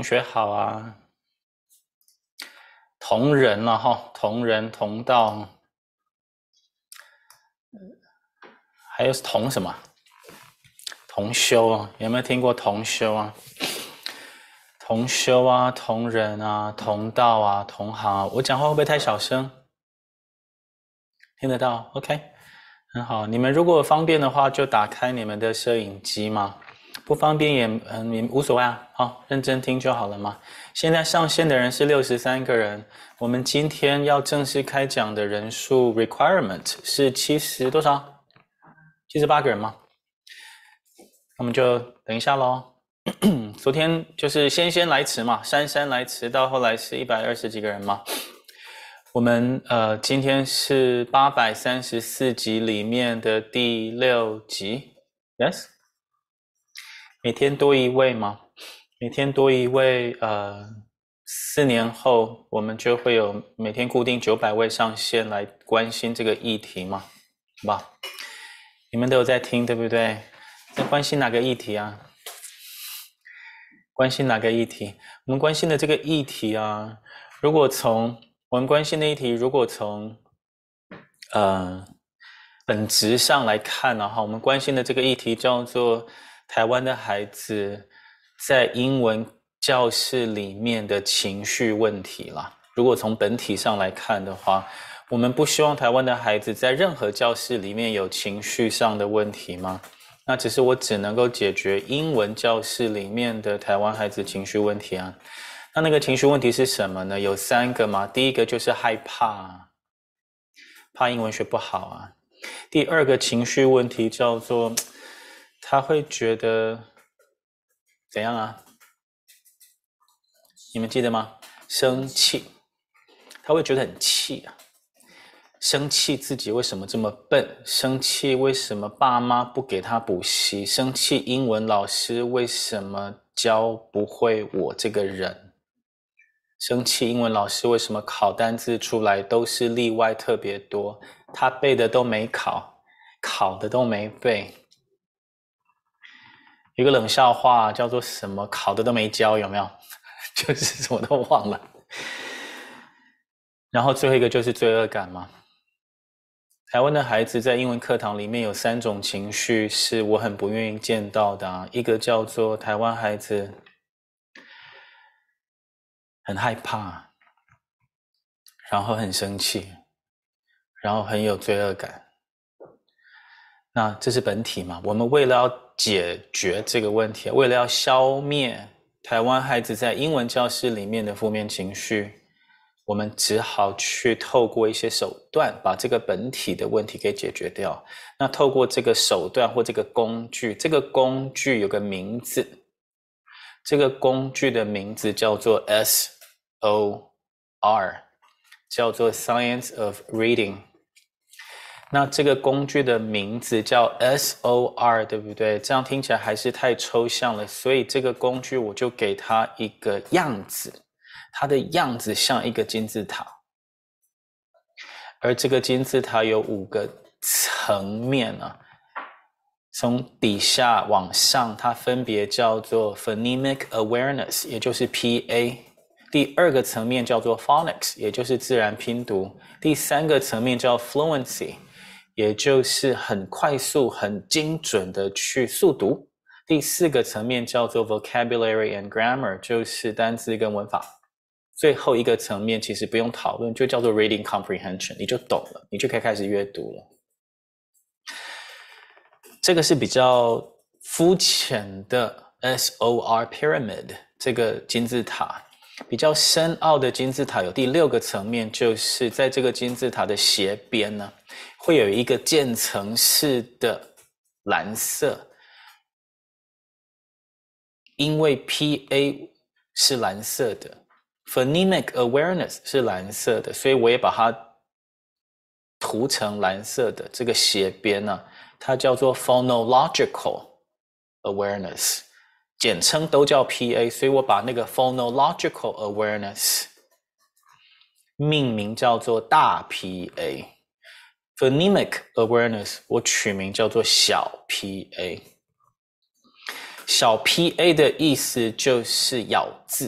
学好啊，同人了哈，同人同道，还有同什么？同修啊，有没有听过同修啊？同修啊，同人啊，同道啊，同行啊。我讲话会不会太小声？听得到 ？OK， 很好。你们如果方便的话，就打开你们的摄影机嘛。不方便也无所谓啊，好，认真听就好了嘛。现在上线的人是63个人，我们今天要正式开讲的人数 requirement 是70多少？78个人吗？那我们就等一下咯。昨天就是先来迟嘛，姗来迟，到后来是120几个人嘛。我们今天是834集里面的第6集 ，yes。每天多一位吗？每天多一位，4年后我们就会有每天固定900位上线来关心这个议题嘛，好吧？你们都有在听，对不对？在关心哪个议题啊？关心哪个议题？我们关心的这个议题啊，如果从我们关心的议题，如果从本质上来看呢，哈，我们关心的这个议题叫做台湾的孩子在英文教室里面的情绪问题啦。如果从本体上来看的话，我们不希望台湾的孩子在任何教室里面有情绪上的问题吗？那我只能够解决英文教室里面的台湾孩子情绪问题啊。那个情绪问题是什么呢？有3个嘛。第一个就是害怕，怕英文学不好啊。第二个情绪问题叫做他会觉得怎样啊？你们记得吗？生气，他会觉得很气啊，生气自己为什么这么笨，生气为什么爸妈不给他补习，生气英文老师为什么教不会我这个人，生气英文老师为什么考单字出来都是例外特别多，他背的都没考，考的都没背。有个冷笑话叫做什么考的都没教，有没有？就是什么都忘了。然后最后一个就是罪恶感嘛。台湾的孩子在英文课堂里面有3种情绪是我很不愿意见到的啊。一个叫做台湾孩子很害怕，然后很生气，然后很有罪恶感。那这是本体嘛？我们为了要解决这个问题，为了要消灭台湾孩子在英文教室里面的负面情绪，我们只好去透过一些手段把这个本体的问题给解决掉。那透过这个手段或这个工具，这个工具有个名字，这个工具的名字叫做 SOR， 叫做 Science of Reading。那这个工具的名字叫 SOR， 对不对？这样听起来还是太抽象了，所以这个工具我就给它一个样子，它的样子像一个金字塔，而这个金字塔有5个层面啊，从底下往上，它分别叫做 Phonemic Awareness， 也就是 PA。第2个层面叫做 Phonics， 也就是自然拼读。第3个层面叫 Fluency， 也就是很快速、很精准的去速读。第4个层面叫做 Vocabulary and Grammar， 就是单字跟文法。最后一个层面其实不用讨论，就叫做 Reading Comprehension， 你就懂了，你就可以开始阅读了。这个是比较肤浅的 SOR Pyramid， 这个金字塔。比较深奥的金字塔有第6个层面，就是在这个金字塔的斜边呢，会有一个渐层式的蓝色。因为 PA 是蓝色的， Phonemic Awareness 是蓝色的，所以我也把它涂成蓝色的这个斜边呢，它叫做 Phonological Awareness， 简称都叫 PA， 所以我把那个 Phonological Awareness 命名叫做大 PA， Phonemic Awareness 我取名叫做小 PA。 小 PA 的意思就是咬字，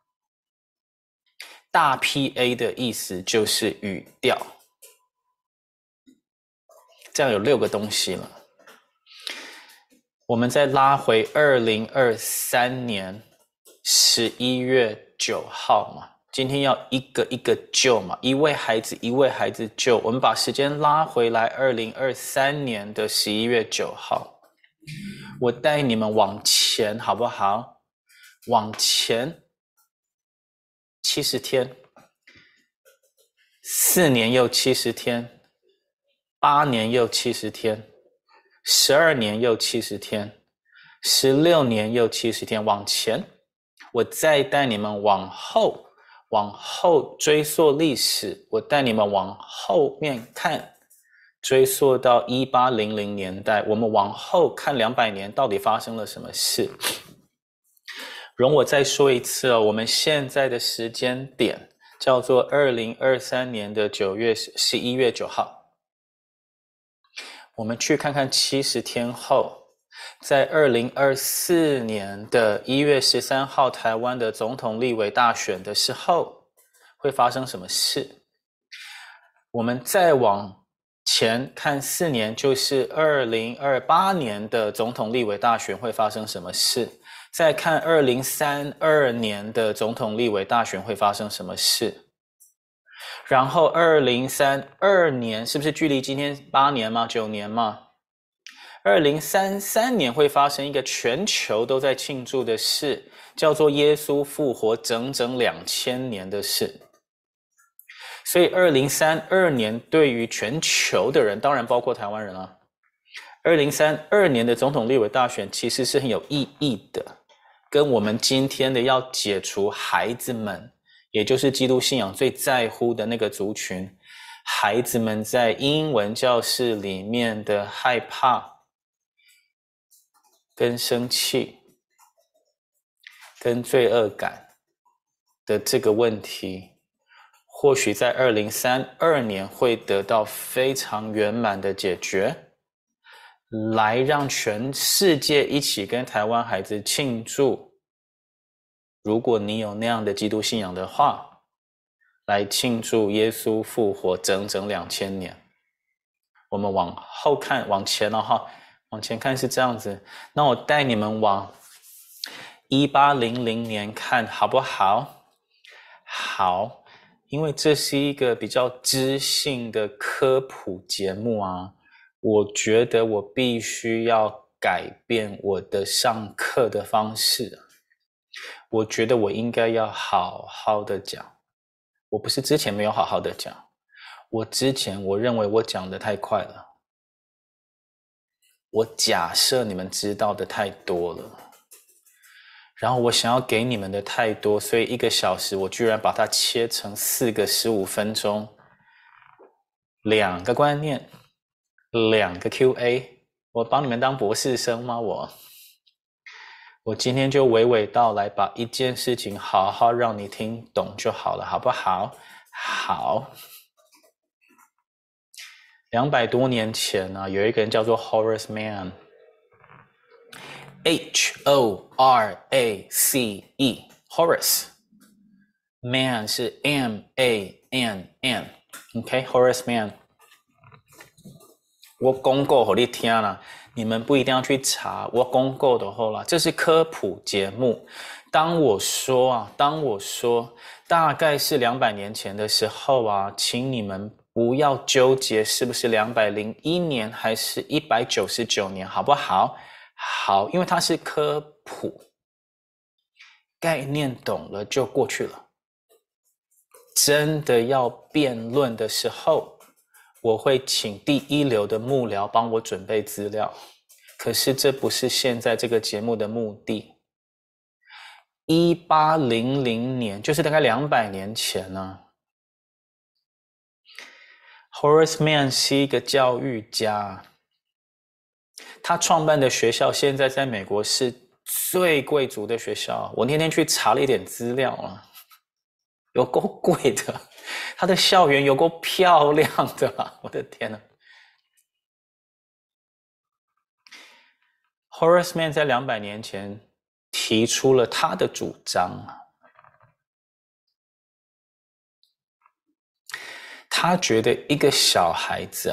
大 PA 的意思就是语调。这样有6个东西了。我们再拉回2023年11月9号嘛，今天要一个一个救嘛，一位孩子一位孩子救。我们把时间拉回来2023年的11月9号，我带你们往前好不好？往前70天，4年又70天，8年又70天，12年又70天，16年又70天，往前。我再带你们往后追溯历史，我带你们往后面看，追溯到1800年代，我们往后看200年，到底发生了什么事？容我再说一次哦，我们现在的时间点叫做2023年的11月9号。我们去看看70天后，在2024年的1月13号台湾的总统立委大选的时候会发生什么事。我们再往前看4年，就是2028年的总统立委大选会发生什么事。再看2032年的总统立委大选会发生什么事。然后2032年是不是距离今天8年吗？9年吗？2033年会发生一个全球都在庆祝的事，叫做耶稣复活整整2000年的事。所以2032年对于全球的人，当然包括台湾人啊，2032年的总统立委大选其实是很有意义的，跟我们今天的要解除孩子们，也就是基督信仰最在乎的那个族群，孩子们在英文教室里面的害怕跟生气跟罪恶感的这个问题，或许在2032年会得到非常圆满的解决，来让全世界一起跟台湾孩子庆祝。如果你有那样的基督信仰的话，来庆祝耶稣复活整整2000年。我们往后看，往前了哈，往前看是这样子。那我带你们往1800年看好不好？好，因为这是一个比较知性的科普节目啊，我觉得我必须要改变我的上课的方式。我觉得我应该要好好的讲。我不是之前没有好好的讲，我认为我讲的太快了，我假设你们知道的太多了，然后我想要给你们的太多，所以1个小时我居然把它切成4个15分钟，2个观念，2个 QA， 我帮你们当博士生吗？我今天就娓娓道来，把一件事情好好让你听懂就好了，好不好？好。200多年前呢，有一个人叫做 Horace Mann， H-O-R-A-C-E， Horace Mann 是 M-A-N-N， OK， Horace Mann。 我公告给你听啦，你们不一定要去查，我公告的后啦，这是科普节目。当我说大概是200年前的时候啊，请你们不要纠结是不是201年还是199年，好不好？好，因为它是科普，概念懂了就过去了。真的要辩论的时候，我会请第一流的幕僚帮我准备资料，可是这不是现在这个节目的目的。1800年，就是大概200年前呢。Horace Mann 是一个教育家，他创办的学校现在在美国是最贵族的学校。我那天去查了一点资料啊，有够贵的，他的校园有够漂亮的啊，我的天哪！ Horace Mann 在200年前提出了他的主张，他觉得一个小孩子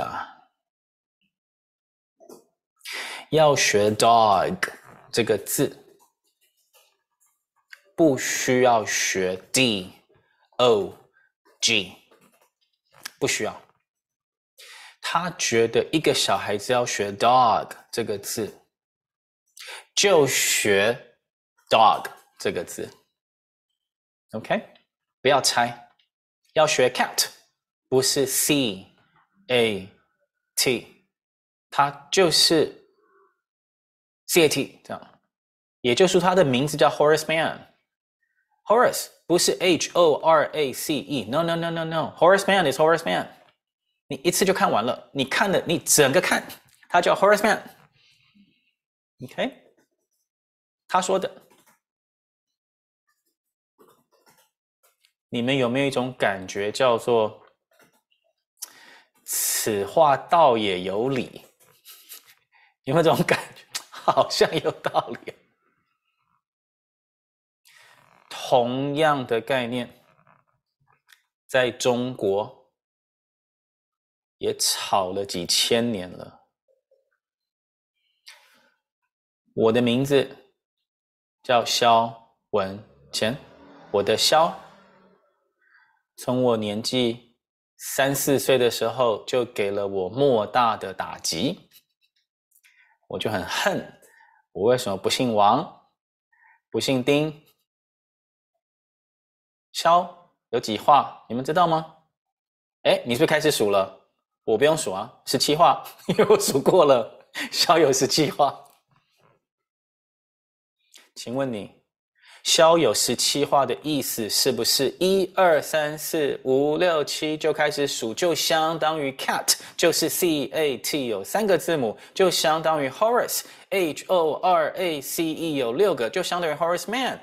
要学 dog 这个字，不需要学 D-O-G， 不需要。他觉得一个小孩子要学 dog 这个字，就学 dog 这个字 ，OK？ 不要猜，要学 cat， 不是 C-A-T， 它就是 C-A-T 这样，也就是他的名字叫 Horace Mann。Horace 不是 H-O-R-A-C-E， No， Horace Mann is Horace Mann。你一次就看完了，你看了，你整个看，他叫 Horace Mann。OK， 他说的。你们有没有一种感觉叫做此话倒也有理？有没有这种感觉？好像有道理。同样的概念，在中国也吵了几千年了。我的名字叫萧文乾，我的萧，从我年纪3、4岁的时候就给了我莫大的打击，我就很恨，我为什么不姓王，不姓丁？萧有几画，你们知道吗？你是不是开始数了？我不用数啊，17画，因为我数过了，萧有17画。请问你，萧有17画的意思是不是1、2、3、4、5、6、7就开始数，就相当于 cat 就是 C-A-T 有3个字母，就相当于 Horace H-O-R-A-C-E 有6个，就相当于 Horace Mann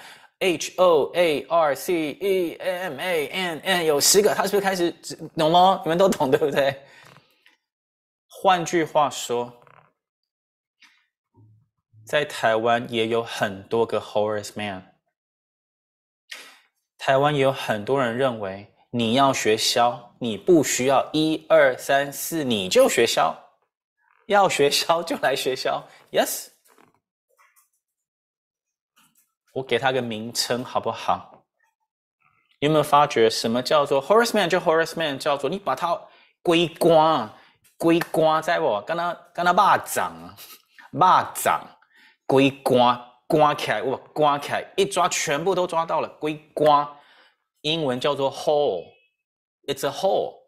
H-O-A-R-C-E-M-A-N-N 有10个，他是不是开始懂了？你们都懂对不对？换句话说，在台湾也有很多个 Horace Mann。台湾也有很多人认为，你要学萧，你不需要1、2、3、4，你就学萧，要学萧就来学萧。Yes， 我给他个名称好不好？有没有发觉什么叫做 Horace Mann 就 Horace Mann， 叫做你把它归关在我，跟他蚂蚱归关起来，我关起来，一抓全部都抓到了，归关。英文叫做 whole，it's a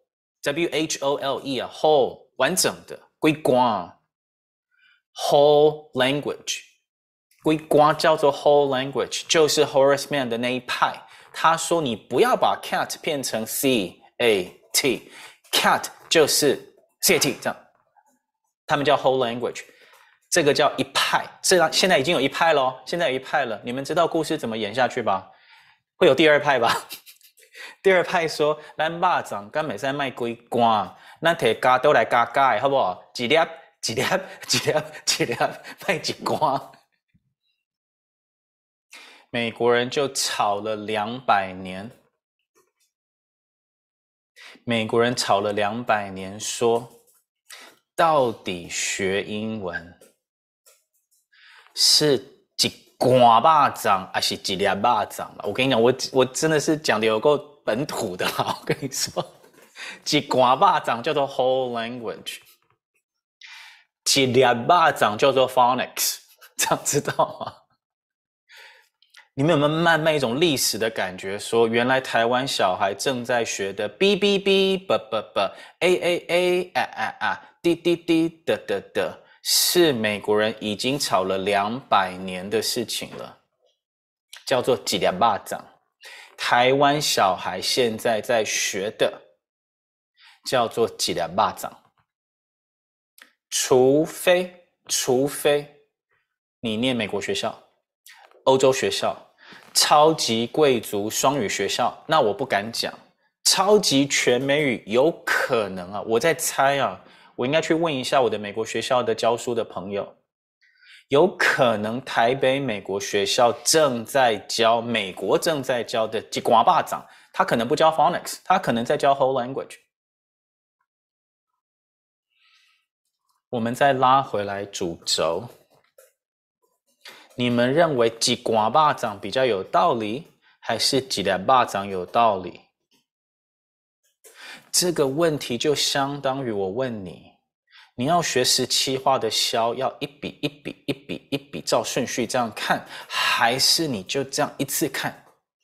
whole，W-H-O-L-E 啊 whole 完整的归关 whole language， 归关叫做 whole language， 就是 Horace Mann 的那一派。他说你不要把 cat 变成 C-A-T， cat 就是 C-A-T 这样，他们叫 whole language， 这个叫一派。现在已经有一派了，现在有一派了，你们知道故事怎么演下去吧？会有第二派吧？第二派说，咱肉粽敢袂使卖几罐，咱摕加刀来加的，好不好？一粒卖一罐。美国人就吵了200年。美国人吵了200年，说到底学英文是一罐肉粽还是一粒肉粽？我跟你讲，我真的是讲的有够本土的啦！我跟你说，一罐肉粽叫做 whole language， 一粒肉粽叫做 phonics， 这样知道吗？你们有没有慢慢一种历史的感觉，说原来台湾小孩正在学的 b b b b b b a a a a a a d d d d d d 是美国人已经吵了200年的事情了，叫做一粒肉粽。台湾小孩现在在学的叫做一粒肉粽，除非你念美国学校、欧洲学校、超级贵族双语学校，那我不敢讲。超级全美语有可能啊，我在猜啊，我应该去问一下我的美国学校的教书的朋友， 有可能台北美国学校正在教美国正在教的一瓜巴掌，他可能不教 phonics， 他可能在教 whole language。我们再拉回来主轴，你们认为一瓜巴掌比较有道理，还是一粒巴掌有道理？这个问题就相当于我问你，你要学17画的箫，要一笔一笔一笔一笔照顺序这样看，还是你就这样一次看？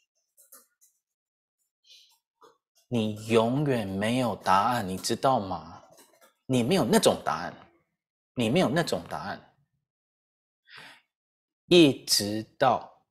你永远没有答案，你知道吗？你没有那种答案，你没有那种答案。一直到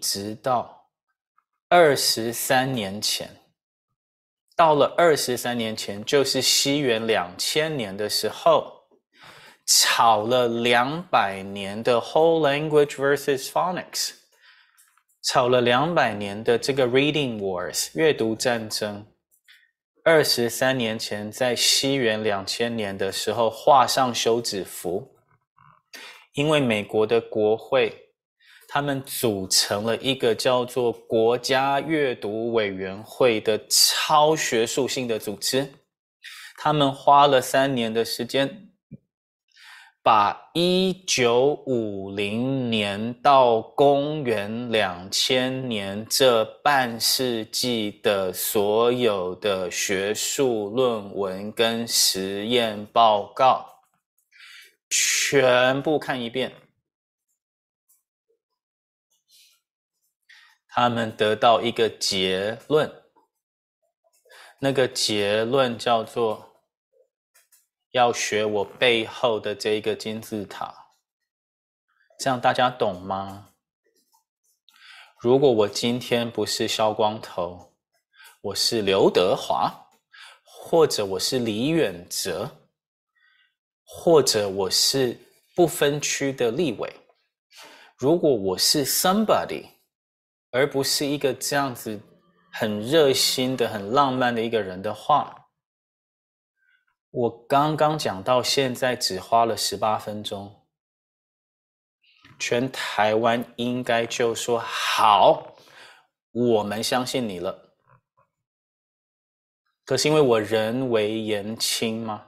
23年前，到了23年前，就是西元2000年的时候，吵了200年的 whole language versus phonics， 吵了200年的这个 reading wars 阅读战争。23年前，在西元2000年的时候画上休止符，因为美国的国会他们组成了一个叫做国家阅读委员会的超学术性的组织，他们花了3年的时间，把1950年到公元2000年这半世纪的所有的学术论文跟实验报告全部看一遍。他们得到一个结论，那个结论叫做要学我背后的这个金字塔。这样大家懂吗？如果我今天不是萧光头，我是刘德华，或者我是李远哲，或者我是不分区的立委，如果我是 somebody，而不是一个这样子很热心的很浪漫的一个人的话，我刚刚讲到现在只花了18分钟，全台湾应该就说好，我们相信你了。可是因为我人为言轻吗？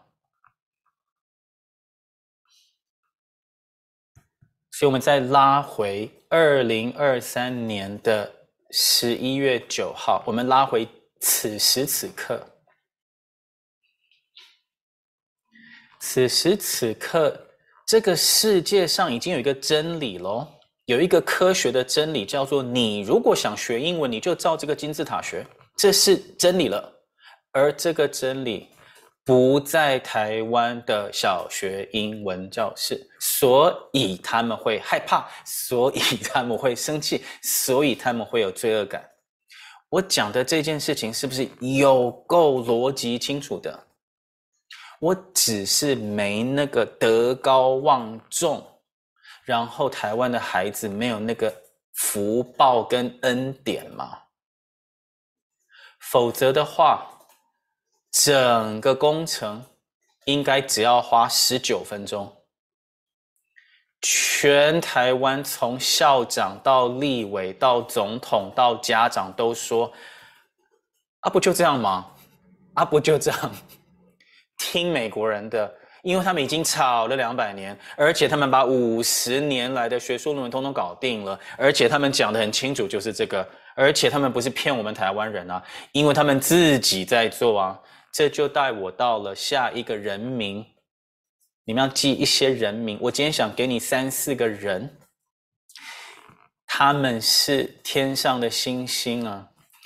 所以我们再拉回2023年的11月9号，我们拉回此时此刻。此时此刻，这个世界上已经有一个真理咯，有一个科学的真理叫做，你如果想学英文，你就照这个金字塔学，这是真理了。而这个真理不在台湾的小学英文教室，所以他们会害怕，所以他们会生气，所以他们会有罪恶感。我讲的这件事情是不是有够逻辑清楚的？我只是没那个德高望重，然后台湾的孩子没有那个福报跟恩典嘛？否则的话，整个工程应该只要花19分钟，全台湾从校长到立委到总统到家长都说，啊不就这样吗？啊不就这样？听美国人的，因为他们已经吵了200年，而且他们把50年来的学术论文通通搞定了，而且他们讲得很清楚，就是这个，而且他们不是骗我们台湾人啊，因为他们自己在做啊。这就带我到了下一个人名，你们要记一些人名。我今天想给你3、4个人，他们是天上的星星啊，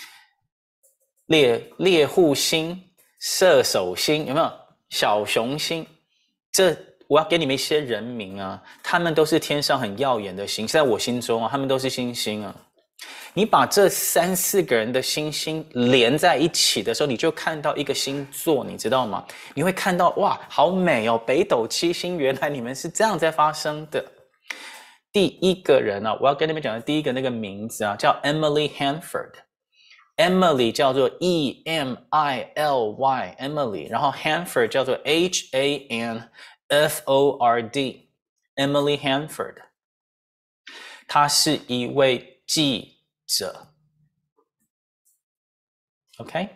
猎户星、射手星，有没有？小熊星，这我要给你们一些人名啊，他们都是天上很耀眼的星，在我心中啊，他们都是星星啊。你把这3、4个人的星星连在一起的时候，你就看到一个星座，你知道吗？你会看到哇，好美哦，北斗七星，原来你们是这样在发生的。第一个人啊，我要跟你们讲的第一个那个名字啊，叫 Emily Hanford。Emily 叫做 E-M-I-L-Y， Emily， 然后 Hanford 叫做 H-A-N-F-O-R-D。 Emily Hanford， 她是一位记者。OK，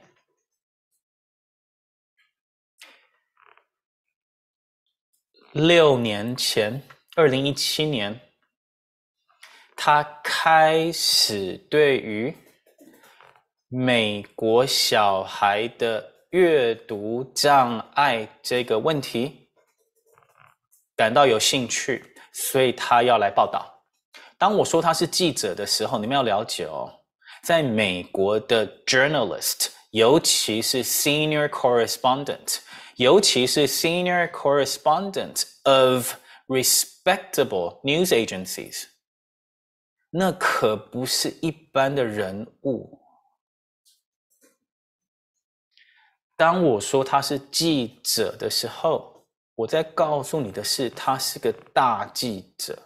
6年前，2017年，她开始对于美国小孩的阅读障碍这个问题感到有兴趣，所以她要来报道。当我说她是记者的时候，你们要了解哦，在美国的 journalist， 尤其是 senior correspondent， 尤其是 senior correspondent of respectable news agencies， 那可不是一般的人物。当我说他是记者的时候，我在告诉你的是，他是个大记者。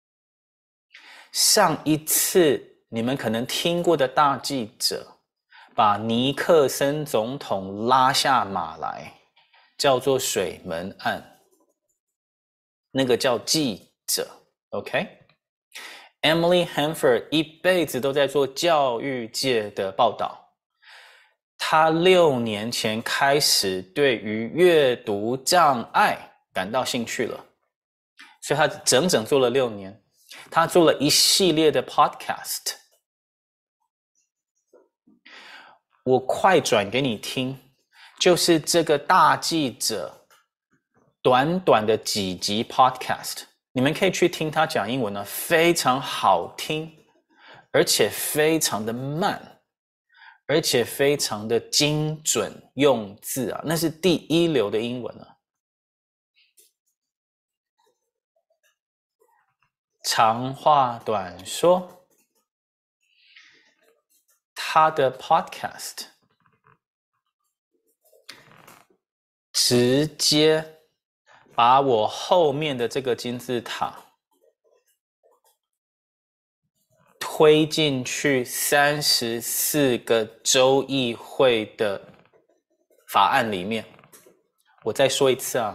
上一次你们可能听过的大记者，把尼克森总统拉下马来，叫做水门案，那个叫记者 ，OK？Emily Hanford 一辈子都在做教育界的报道。他6年前开始对于阅读障碍感到兴趣了，所以他整整做了6年。他做了一系列的 podcast， 我快转给你听，就是这个大记者短短的几集 podcast， 你们可以去听他讲英文呢，非常好听，而且非常的慢，而且非常的精准用字啊，那是第一流的英文啊。长话短说，他的 podcast 直接把我后面的这个金字塔推进去34个州议会的法案里面。我再说一次啊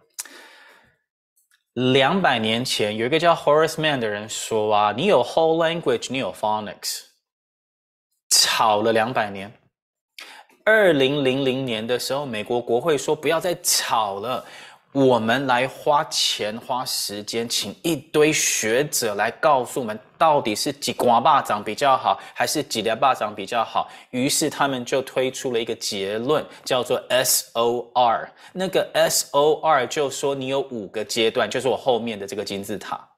，200年前有一个叫 Horace Mann 的人说啊，你有 whole language， 你有 phonics， 吵了200年。2000年的时候，美国国会说不要再吵了，我们来花钱花时间，请一堆学者来告诉我们到底是几瓜巴掌比较好，还是几粒巴掌比较好。于是他们就推出了一个结论，叫做 SOR。那个 SOR 就说你有5个阶段，就是我后面的这个金字塔。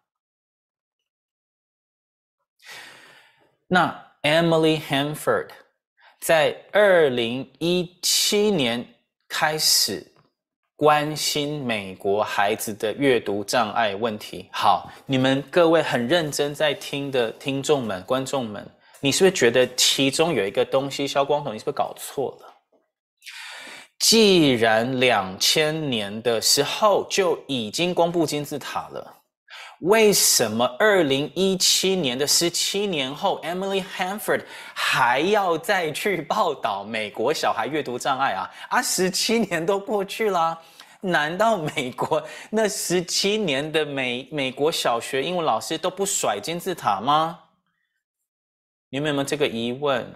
那 Emily Hanford 在2017年开始关心美国孩子的阅读障碍问题。好，你们各位很认真在听的听众们、观众们，你是不是觉得其中有一个东西，萧光头，你是不是搞错了？既然2000年的时候就已经公布金字塔了，为什么2017年的17年后 Emily Hanford 还要再去报道美国小孩阅读障碍啊？17年都过去了，难道美国那17年的美国小学英文老师都不甩金字塔吗？你们有没有这个疑问？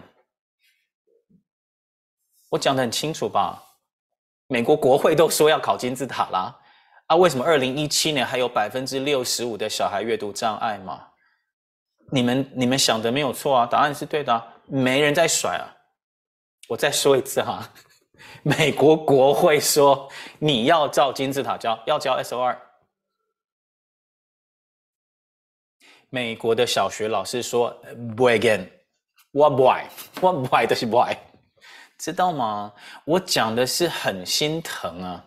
我讲得很清楚吧？美国国会都说要考金字塔啦。为什么2017年还有65%的小孩阅读障碍嘛？你们想的没有错啊，答案是对的啊，没人在甩啊。我再说一次哈，美国国会说你要照金字塔教，要教 SOR。美国的小学老师说不会跟，我不爱就是不爱，知道吗？我讲的是很心疼啊。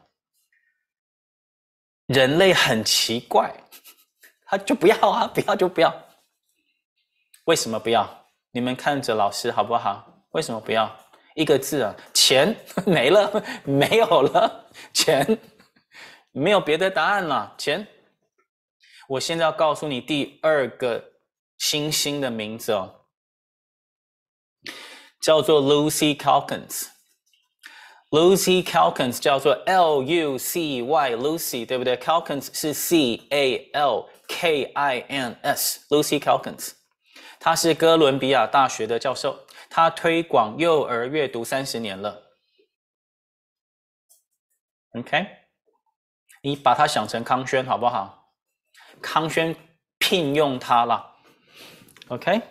人类很奇怪，他就不要啊，不要就不要。为什么不要？你们看着老师好不好？为什么不要？一个字啊，钱没了，没有了，钱，没有别的答案了，钱。我现在要告诉你第2个新兴的名字哦，叫做 Lucy Calkins。 Lucy Calkins 叫做 L-U-C-Y Lucy 对不对？ Calkins 是 C-A-L-K-I-N-S Lucy Calkins， 她是哥伦比亚大学的教授，她推广幼儿阅读30年了。OK， 你把它想成康轩好不好？康轩聘用他了。OK，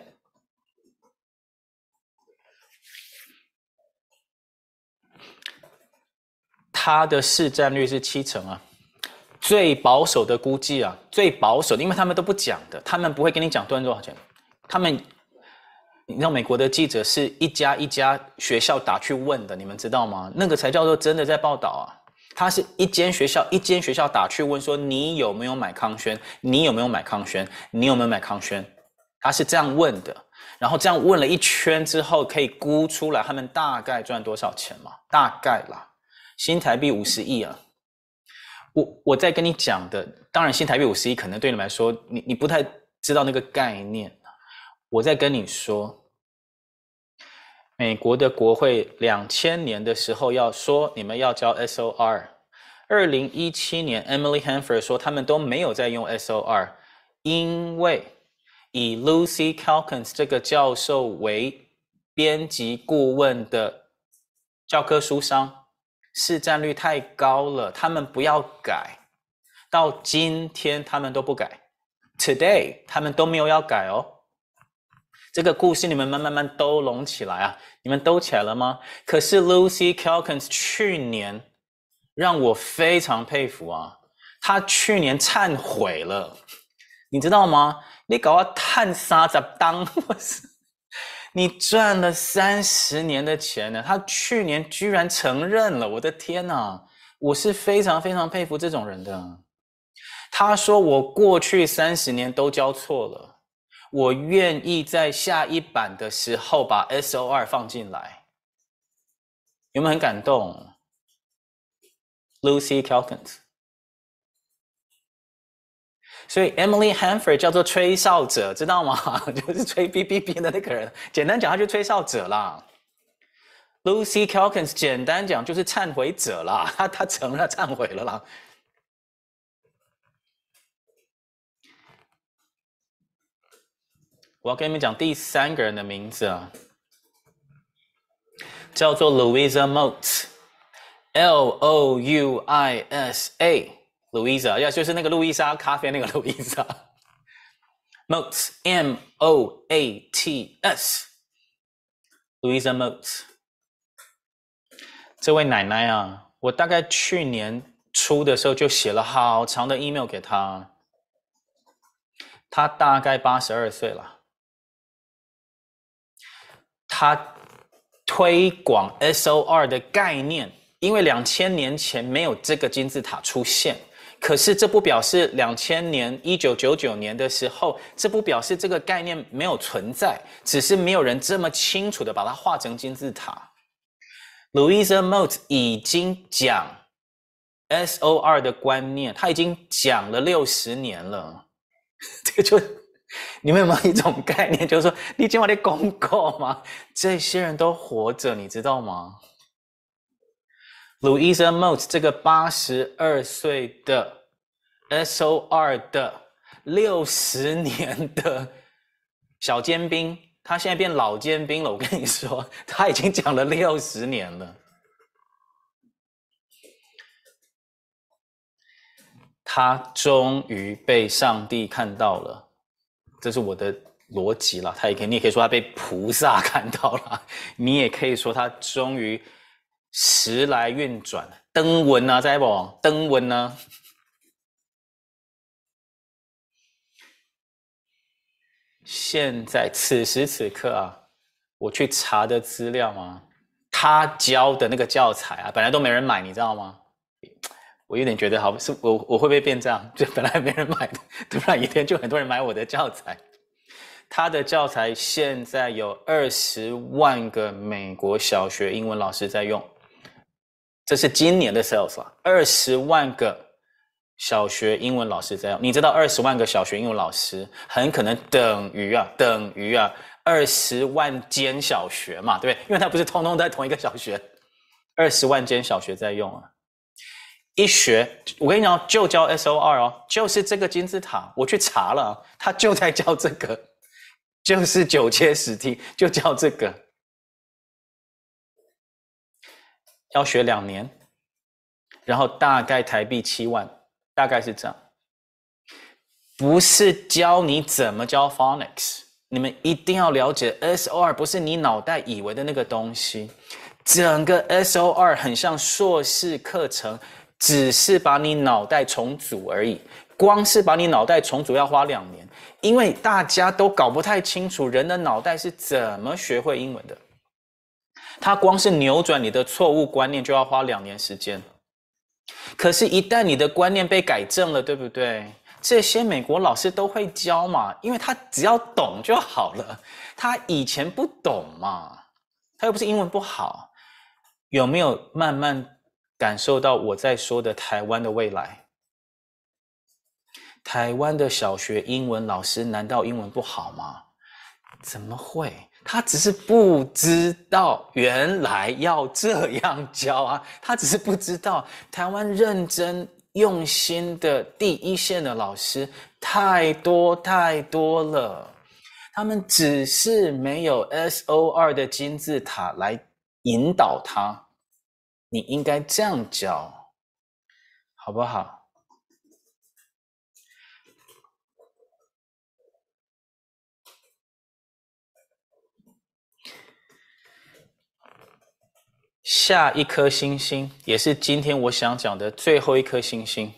他的市占率是70%啊，最保守的估计啊，最保守的，因为他们都不讲的，他们不会跟你讲赚多少钱，他们，你知道美国的记者是一家一家学校打去问的，你们知道吗？那个才叫做真的在报道啊。他是一间学校打去问说，你有没有买康轩？你有没有买康轩？你有没有买康轩？他是这样问的，然后这样问了一圈之后，可以估出来他们大概赚多少钱嘛？大概啦，新台币50亿啊。我在跟你讲的，当然新台币50亿可能对你来说，你不太知道那个概念。我在跟你说，美国的国会2000年的时候要说你们要交 SOR，2017年 Emily Hanford 说他们都没有在用 SOR， 因为以 Lucy Calkins 这个教授为编辑顾问的教科书商市占率太高了，他们不要改，到今天他们都不改 ，Today 他们都没有要改哦。这个故事你们慢慢都拢起来啊，你们都起来了吗？可是 Lucy Calkins 去年让我非常佩服啊，他去年忏悔了，你知道吗？你搞我探30当，你赚了30年的钱呢，他去年居然承认了，我的天哪，我是非常非常佩服这种人的。他说我过去30年都交错了，我愿意在下一版的时候把 SOR 放进来，有没有很感动 ？Lucy Calkins， 所以 Emily Hanford 叫做吹哨者，知道吗？就是吹哔哔哔的那个人，简单讲，他就吹哨者啦。Lucy Calkins 简单讲就是忏悔者啦，他承认忏悔了啦。我要跟你们讲第3个人的名字啊，叫做 Louisa Moats， L-O-U-I-S-A， Louisa， 要就是那个路易莎咖啡那个路易莎。Moats， M-O-A-T-S， Louisa Moats。这位奶奶啊，我大概去年初的时候就写了好长的 email 给她，她大概82岁了。他推广 SOR 的概念，因为2000年前没有这个金字塔出现，可是这不表示2000年1999年的时候，这不表示这个概念没有存在，只是没有人这么清楚的把它画成金字塔。Louisa Moats 已经讲 SOR 的观念，他已经讲了60年了，这个就你们有没有一种概念，就是说你今晚在公告吗？这些人都活着，你知道吗？ Louisa Moats 这个82岁的 SOR 的60年的小尖兵，他现在变老尖兵了。我跟你说，他已经讲了60年了。他终于被上帝看到了。这是我的逻辑啦，你也可以说他被菩萨看到了，你也可以说他终于时来运转，登文啊，知不？登文啊。现在此时此刻啊，我去查的资料啊，他教的那个教材啊，本来都没人买，你知道吗？我有点觉得好，是我会不会变这样？就本来没人买的，突然一天就很多人买我的教材。他的教材现在有20万个美国小学英文老师在用，这是今年的 sales 啦，20万个小学英文老师在用。你知道20万个小学英文老师很可能等于20万间小学嘛，对不对？因为它不是通通在同一个小学。 20万间小学在用啊。一学，我跟你讲，就教 SOR 哦，就是这个金字塔，我去查了，他就在教这个，就是9阶10梯，就教这个，要学2年，然后大概台币7万，大概是这样。不是教你怎么教 phonics， 你们一定要了解 SOR 不是你脑袋以为的那个东西，整个 SOR 很像硕士课程。只是把你脑袋重组而已，光是把你脑袋重组要花2年，因为大家都搞不太清楚人的脑袋是怎么学会英文的。他光是扭转你的错误观念就要花2年时间。可是，一旦你的观念被改正了，对不对？这些美国老师都会教嘛，因为他只要懂就好了。他以前不懂嘛，他又不是英文不好，有没有慢慢感受到我在说的台湾的未来？台湾的小学英文老师难道英文不好吗？怎么会？他只是不知道原来要这样教啊，他只是不知道台湾认真用心的第一线的老师太多太多了，他们只是没有 SOR 的金字塔来引导他。你应该这样教，好不好？下一颗星星，也是今天我想讲的最后一颗星星，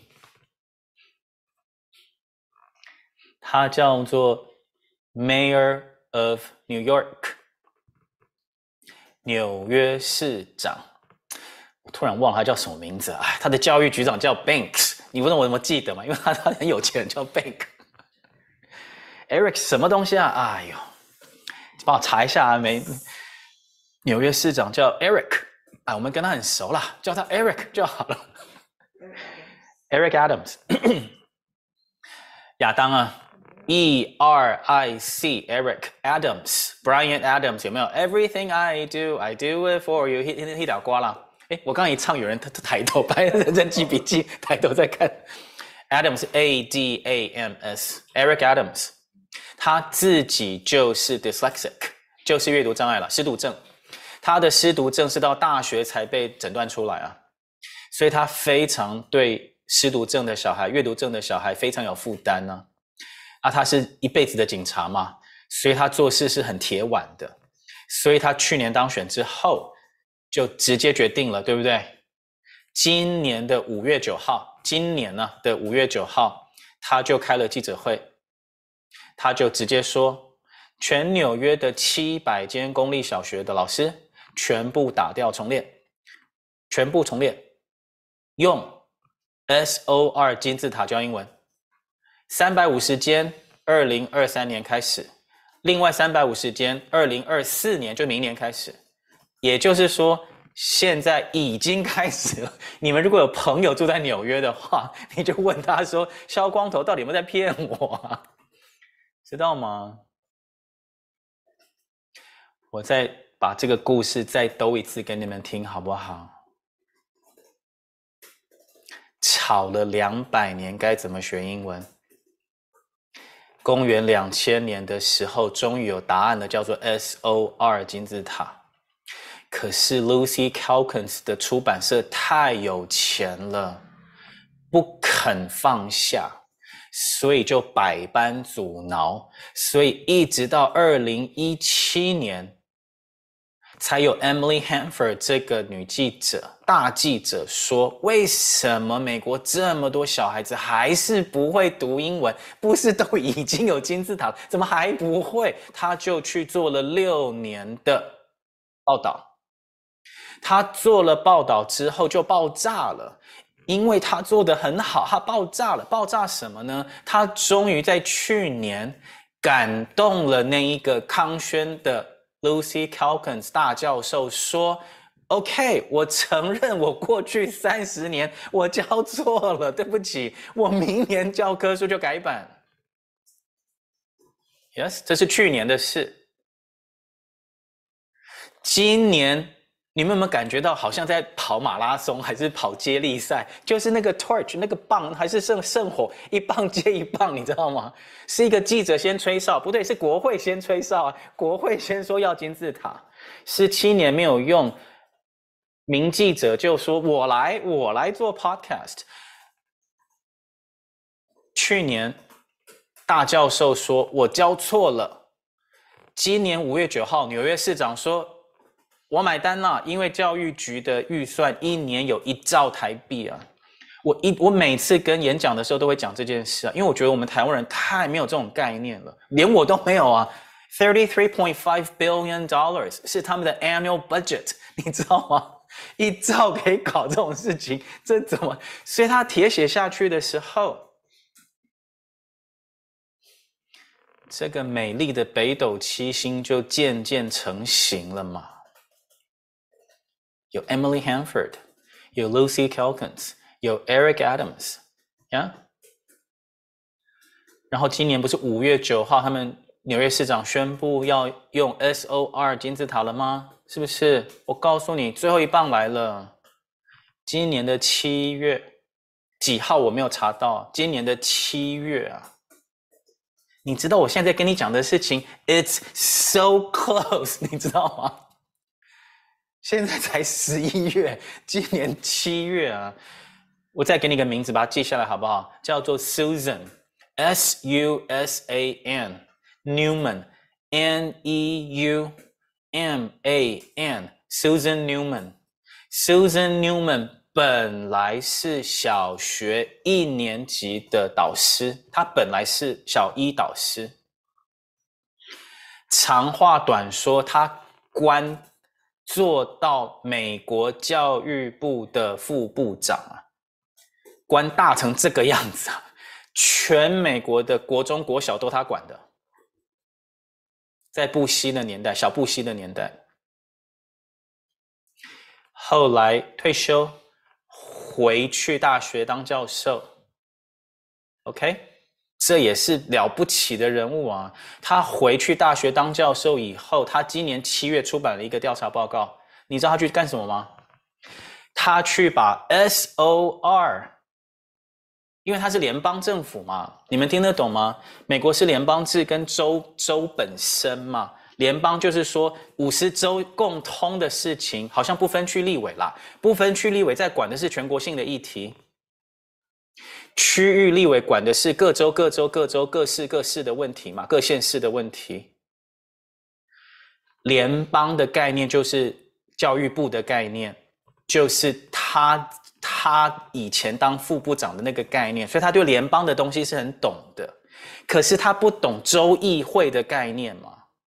它叫做 Mayor of New York， 纽约市长。我突然忘了他叫什么名字啊？他的教育局长叫 Banks， 你问我怎么记得吗？因为他很有钱，叫 Bank。Eric 什么东西啊？哎呦，帮我查一下啊！纽约市长叫 Eric， 我们跟他很熟啦，叫他 Eric 就好了。Eric Adams， 亚当啊。E-R-I-C Eric Adams Brian Adams 有没有 Everything I do it for you 一条瓜啦。我刚刚一唱有人他抬头拍认真记笔记抬头在看 Adams A-D-A-M-S Eric Adams 他自己就是 dyslexic 就是阅读障碍了，失读症。他的失读症是到大学才被诊断出来啊，所以他非常对失读症的小孩阅读症的小孩非常有负担呢。他是一辈子的警察嘛，所以他做事是很铁腕的，所以他去年当选之后就直接决定了，对不对？今年的5月9号，今年呢的5月9号，他就开了记者会，他就直接说，全纽约的700间公立小学的老师全部打掉重练，全部重练，用 SOR 金字塔教英文。350间2023年开始，另外350间2024年就明年开始，也就是说现在已经开始了。你们如果有朋友住在纽约的话，你就问他说肖光头到底有没有在骗我啊？知道吗？我再把这个故事再兜一次给你们听好不好？吵了200年该怎么学英文？公元2000年的时候，终于有答案了，叫做 SOR 金字塔。可是 Lucy Calkins 的出版社太有钱了，不肯放下，所以就百般阻挠，所以一直到2017年，才有 Emily Hanford 这个女记者、大记者说，为什么美国这么多小孩子还是不会读英文？不是都已经有金字塔了，怎么还不会？她就去做了6年的报道。她做了报道之后就爆炸了，因为她做得很好，她爆炸了。爆炸什么呢？她终于在去年感动了那一个康轩的Lucy Calkins 大教授说 OK 我承认我过去30年我教错了，对不起，我明年教科书就改版。 Yes 这是去年的事。今年你们有没有感觉到好像在跑马拉松还是跑接力赛？就是那个 torch 那个棒还是圣火，一棒接一棒，你知道吗？是一个记者先吹哨，不对，是国会先吹哨啊！国会先说要金字塔，17年没有用，名记者就说我来做 podcast。去年大教授说我教错了，今年5月9号，纽约市长说我买单了，因为教育局的预算1年有1兆台币啊！我每次跟演讲的时候都会讲这件事啊，因为我觉得我们台湾人太没有这种概念了，连我都没有啊。$33.5 billion 是他们的 annual budget， 你知道吗？1兆可以搞这种事情，这怎么？所以他铁写下去的时候，这个美丽的北斗七星就渐渐成型了嘛。有 Emily Hanford， 有 Lucy Calkins， 有 Eric Adams， 呀、然后今年不是5月9号，他们纽约市长宣布要用 SOR 金字塔了吗？是不是？我告诉你，最后一棒来了。今年的7月几号我没有查到，今年的7月啊。你知道我现在跟你讲的事情 ，It's so close， 你知道吗？现在才11月，今年7月啊。我再给你个名字，把它记下来好不好？叫做 Susan，S-U-S-A-N， Newman， N-E-U-M-A-N， Susan Newman。Susan Newman 本来是小学1年级的导师，他本来是小1导师。长话短说，他官做到美国教育部的副部长啊，官大成这个样子啊，全美国的国中国小都他管的。在布希的年代，小布希的年代，后来退休，回去大学当教授。OK， 这也是了不起的人物啊！他回去大学当教授以后，他今年7月出版了一个调查报告。你知道他去干什么吗？他去把 SOR， 因为他是联邦政府嘛，你们听得懂吗？美国是联邦制跟州本身嘛。联邦就是说50州共通的事情，好像不分区立委啦，不分区立委在管的是全国性的议题，区域立委管的是各州各市的问题嘛，各县市的问题。联邦的概念就是教育部的概念，就是他以前当副部长的那个概念，所以他对联邦的东西是很懂的，可是他不懂州议会的概念嘛。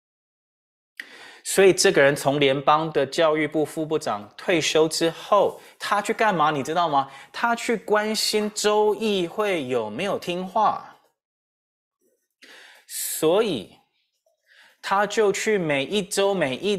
所以这个人从联邦的教育部副部长退休之后，他去干嘛？你知道吗？他去关心州议会有没有听话，所以他就去每一周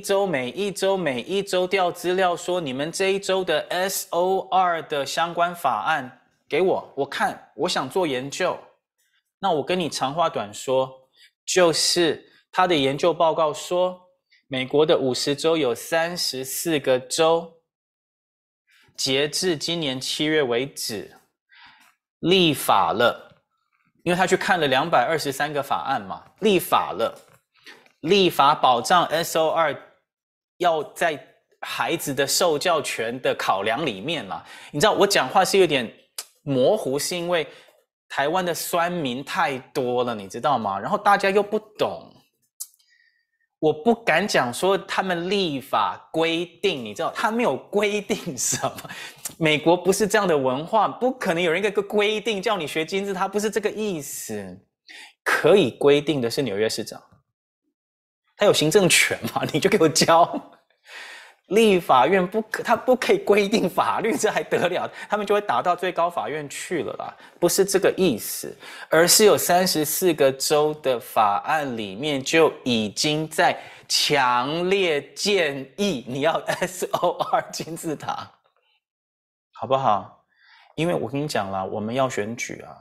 调资料，说你们这一周的 SOR 的相关法案给我，我看，我想做研究。那我跟你长话短说，就是他的研究报告说，美国的50州有34个州，截至今年7月为止，立法了，因为他去看了223个法案嘛，立法了，立法保障 SOR 要在孩子的受教权的考量里面嘛。你知道我讲话是有点模糊，是因为台湾的酸民太多了，你知道吗？然后大家又不懂。我不敢讲说他们立法规定，你知道他没有规定什么，美国不是这样的文化，不可能有人一个规定叫你学金字塔，不是这个意思。可以规定的是纽约市长，他有行政权嘛，你就给我教。立法院他不可以规定法律，这还得了？他们就会打到最高法院去了啦，不是这个意思，而是有34个州的法案里面就已经在强烈建议你要 SOR 金字塔，好不好？因为我跟你讲啦，我们要选举啊，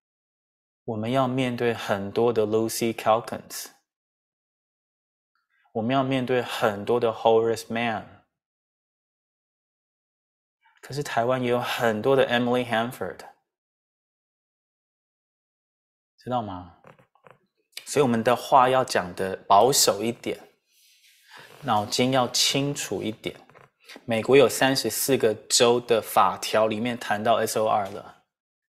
我们要面对很多的 Lucy Calkins。 我们要面对很多的 Horace Mann， 可是台湾也有很多的 Emily Hanford， 知道吗？所以我们的话要讲的保守一点，脑筋要清楚一点。美国有34个州的法条里面谈到 SOR 了，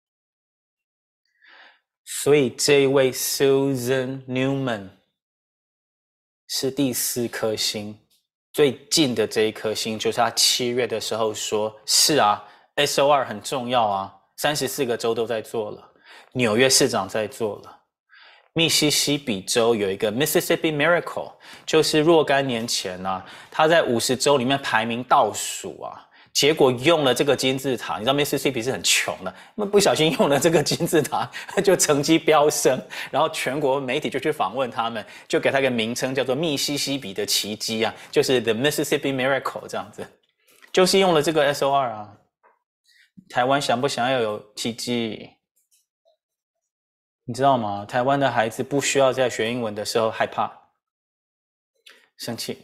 所以这一位 Susan Newman 是第4颗星，最近的这一颗星就是他7月的时候说，是啊 SOR 很重要啊，34个州都在做了，纽约市长在做了，密西西比州有一个 Mississippi Miracle， 就是若干年前啊，他在50州里面排名倒数啊，结果用了这个金字塔，你知道 Mississippi 是很穷的，那么不小心用了这个金字塔，就成绩飙升，然后全国媒体就去访问他们，就给他一个名称叫做密西西比的奇迹啊，就是 The Mississippi Miracle 这样子，就是用了这个 SOR 啊。台湾想不想要有奇迹？你知道吗？台湾的孩子不需要在学英文的时候害怕、生气、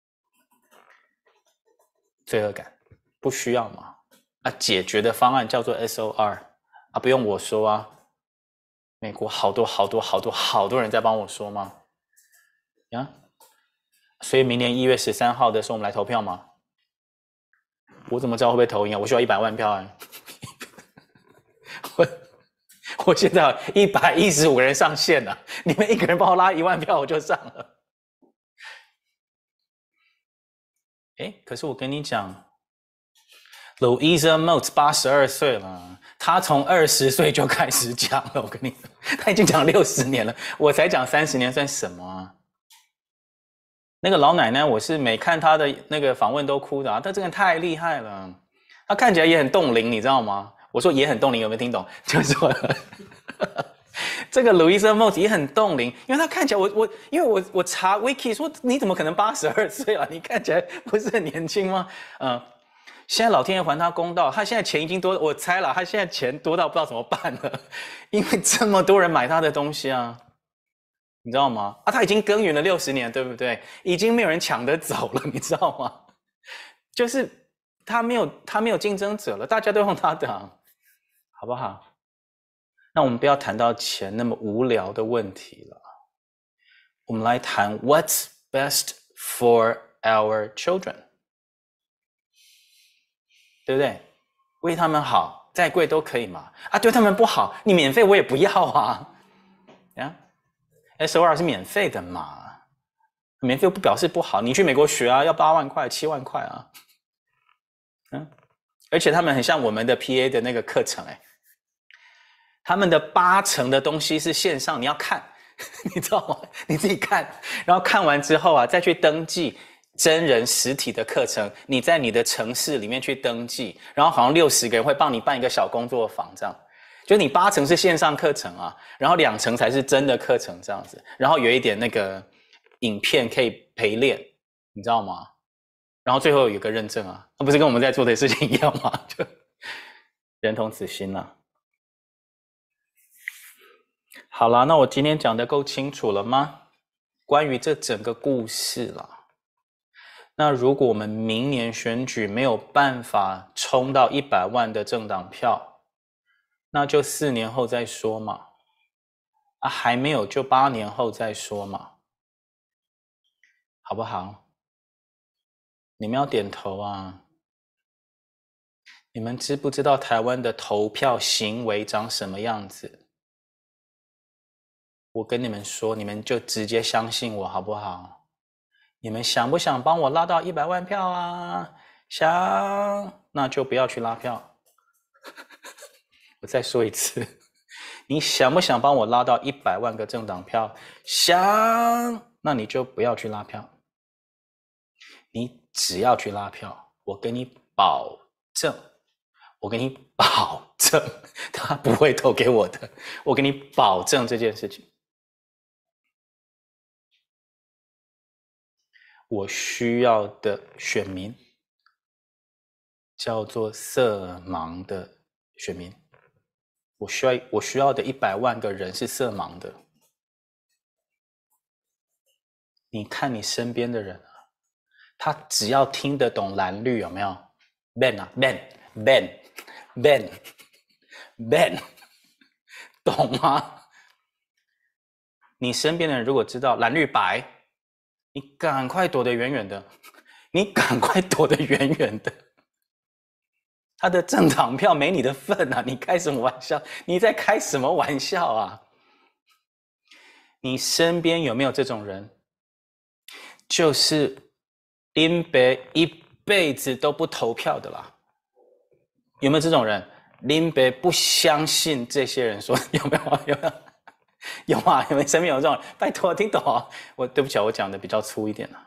罪恶感，不需要嘛？啊，解决的方案叫做 SOR 啊，不用我说啊。美国好多人在帮我说吗？呀，所以明年1月13号的时候，我们来投票吗？我怎么知道会不会投赢啊？我需要100万票啊！我现在有115个人上线了，你们一个人帮我拉1万票，我就上了。可是我跟你讲 ，Louisa Moats 82岁了，她从20岁就开始讲了。我跟你讲，她已经讲60年了，我才讲30年，算什么啊？那个老奶奶，我是每看她的那个访问都哭的啊，她真的太厉害了，她看起来也很冻龄，你知道吗？我说也很冻龄，有没有听懂？就是说这个 Louisa Moats 也很冻龄，因为她看起来因为我查 Wiki 说你怎么可能82岁啊？你看起来不是很年轻吗？现在老天爷还他公道，他现在钱已经多，我猜了，他现在钱多到不知道怎么办了，因为这么多人买他的东西啊，你知道吗？啊，他已经耕耘了60年，对不对？已经没有人抢得走了，你知道吗？就是他没有竞争者了，大家都用他的，好不好？那我们不要谈到钱那么无聊的问题了，我们来谈 What's best for our children， 对不对？为他们好，再贵都可以嘛。啊，对他们不好，你免费我也不要啊。呀 ，SOR 是免费的嘛，免费不表示不好。你去美国学啊，要8万块、7万块啊。而且他们很像我们的 PA 的那个课程，他们的80%的东西是线上，你要看，你知道吗？你自己看，然后看完之后啊，再去登记真人实体的课程，你在你的城市里面去登记，然后好像60个人会帮你办一个小工作坊，这样，就你80%是线上课程啊，然后2%才是真的课程这样子，然后有一点那个影片可以陪练，你知道吗？然后最后有个认证啊，那不是跟我们在做的事情一样吗？就人同此心啊。好啦，那我今天讲的够清楚了吗？关于这整个故事啦。那如果我们明年选举没有办法冲到100万的政党票，那就4年后再说嘛。啊，还没有就8年后再说嘛，好不好？你们要点头啊。你们知不知道台湾的投票行为长什么样子？我跟你们说，你们就直接相信我好不好？你们想不想帮我拉到100万票啊？想，那就不要去拉票。我再说一次，你想不想帮我拉到100万个政党票？想，那你就不要去拉票。你只要去拉票，我给你保证，他不会投给我的，我给你保证这件事情。我需要的选民叫做色盲的选民，我需要的100万个人是色盲的。 你看你身边的人啊，他只要听得懂蓝绿，有没有 ？Ben 啊 ，Ben，懂吗？你身边的人如果知道蓝绿白，你赶快躲得远远的，你赶快躲得远远的。他的政党票没你的份啊！你开什么玩笑？你在开什么玩笑啊？你身边有没有这种人？就是林北一辈子都不投票的啦。有没有这种人？林北不相信这些人说有没有？有没有？有啊？有没有身边有这种人？拜托，听懂哦？对不起，我讲的比较粗一点啊。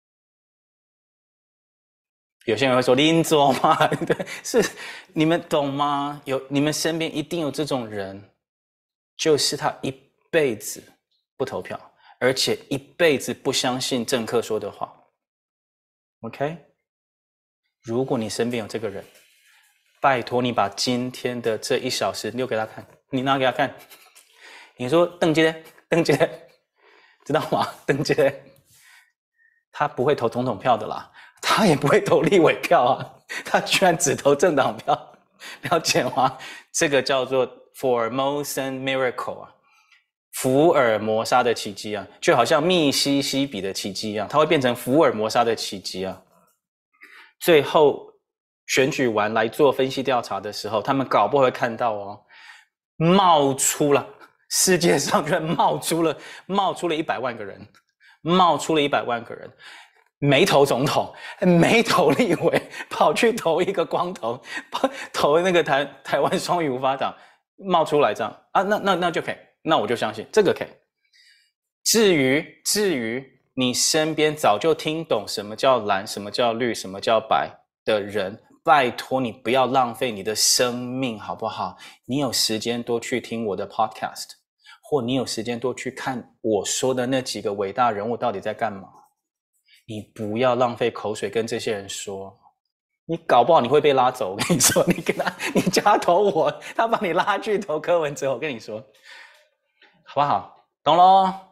有些人会说林左嘛，对，是你们懂吗？你们身边一定有这种人，就是他一辈子不投票，而且一辈子不相信政客说的话。OK， 如果你身边有这个人，拜托你把今天的这1小时留给他看，你拿给他看。你说邓杰，知道吗？邓杰，他不会投总统票的啦，他也不会投立委票啊，他居然只投政党票，了解吗？这个叫做 Formosan Miracle 啊，福尔摩沙的奇迹啊，就好像密西西比的奇迹一样，它会变成福尔摩沙的奇迹啊。最后选举完来做分析调查的时候，他们搞不好会看到哦，冒出了世界上居然冒出了100万个人，冒出了100万个人，没投总统，没投立委，跑去投一个光头，投那个台湾双语无法党，冒出来这样啊，那就可以，那我就相信这个可以。至于你身边早就听懂什么叫蓝，什么叫绿，什么叫白的人，拜托你不要浪费你的生命，好不好？你有时间多去听我的 podcast， 或你有时间多去看我说的那几个伟大人物到底在干嘛。你不要浪费口水跟这些人说，你搞不好你会被拉走。我跟你说，你叫他投我，他把你拉去投柯文哲，我跟你说，好不好？懂咯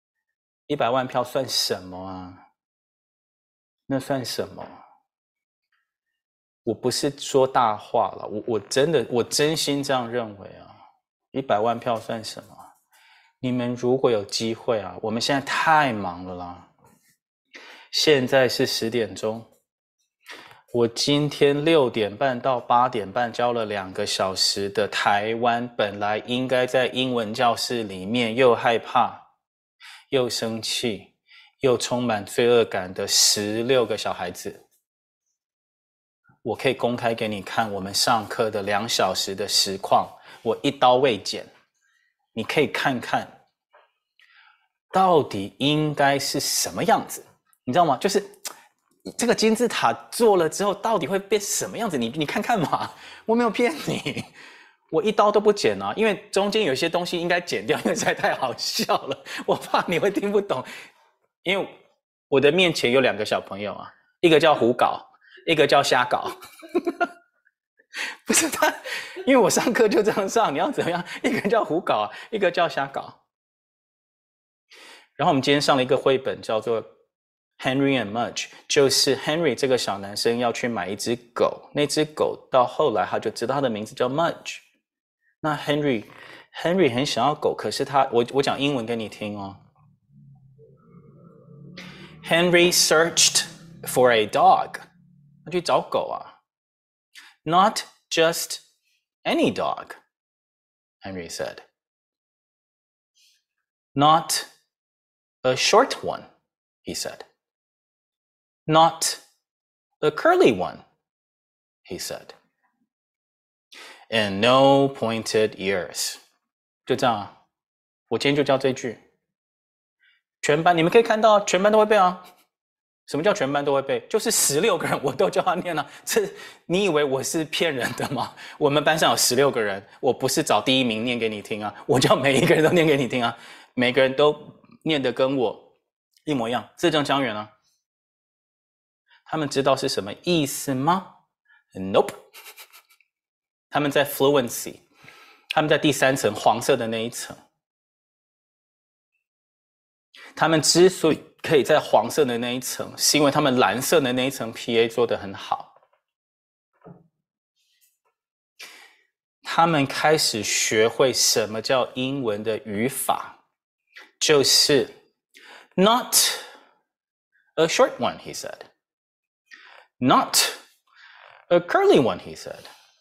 ？100万票算什么啊？那算什么？我不是说大话了，我真心这样认为啊。100万票算什么？你们如果有机会啊，我们现在太忙了啦。现在是10点钟，我今天6点半到8点半教了2个小时的台湾本来应该在英文教室里面又害怕又生气又充满罪恶感的16个小孩子，我可以公开给你看我们上课的2小时的实况，我一刀未剪，你可以看看到底应该是什么样子，你知道吗？就是这个金字塔做了之后到底会变什么样子，你看看嘛，我没有骗你，我一刀都不剪啊，因为中间有些东西应该剪掉，因为实在太好笑了，我怕你会听不懂。因为我的面前有2个小朋友啊，一个叫胡搞，一个叫瞎搞。不是他，因为我上课就这样上，你要怎么样？一个叫胡搞，一个叫瞎搞。然后我们今天上了一个绘本，叫做 Henry and Mudge， 就是 Henry 这个小男生要去买一只狗，那只狗到后来他就知道他的名字叫 Mudge。那 Henry 很想要狗，可是我讲英文给你听哦。Henry searched for a dog， 他去找狗啊。Not just any dog, Henry said. Not a short one, he said. Not a curly one, he said. And no pointed ears. 就这样啊，我今天就教这句。全班你们可以看到，全班都会背啊。什么叫全班都会背？就是16个人我都教他念啊。这你以为我是骗人的吗？我们班上有16个人，我不是找第1名念给你听啊，我叫每一个人都念给你听啊，每个人都念得跟我一模一样，字正腔圆啊。他们知道是什么意思吗 ？Nope。他们在 fluency， 他们在第3层黄色的那一层。 他们之所以可以在黄色的那一层，是因为他们蓝色的那一层 PA 做得很好。他们开始学会什么叫英文的语法，就是 not a short one, he said. Not a curly one, he said.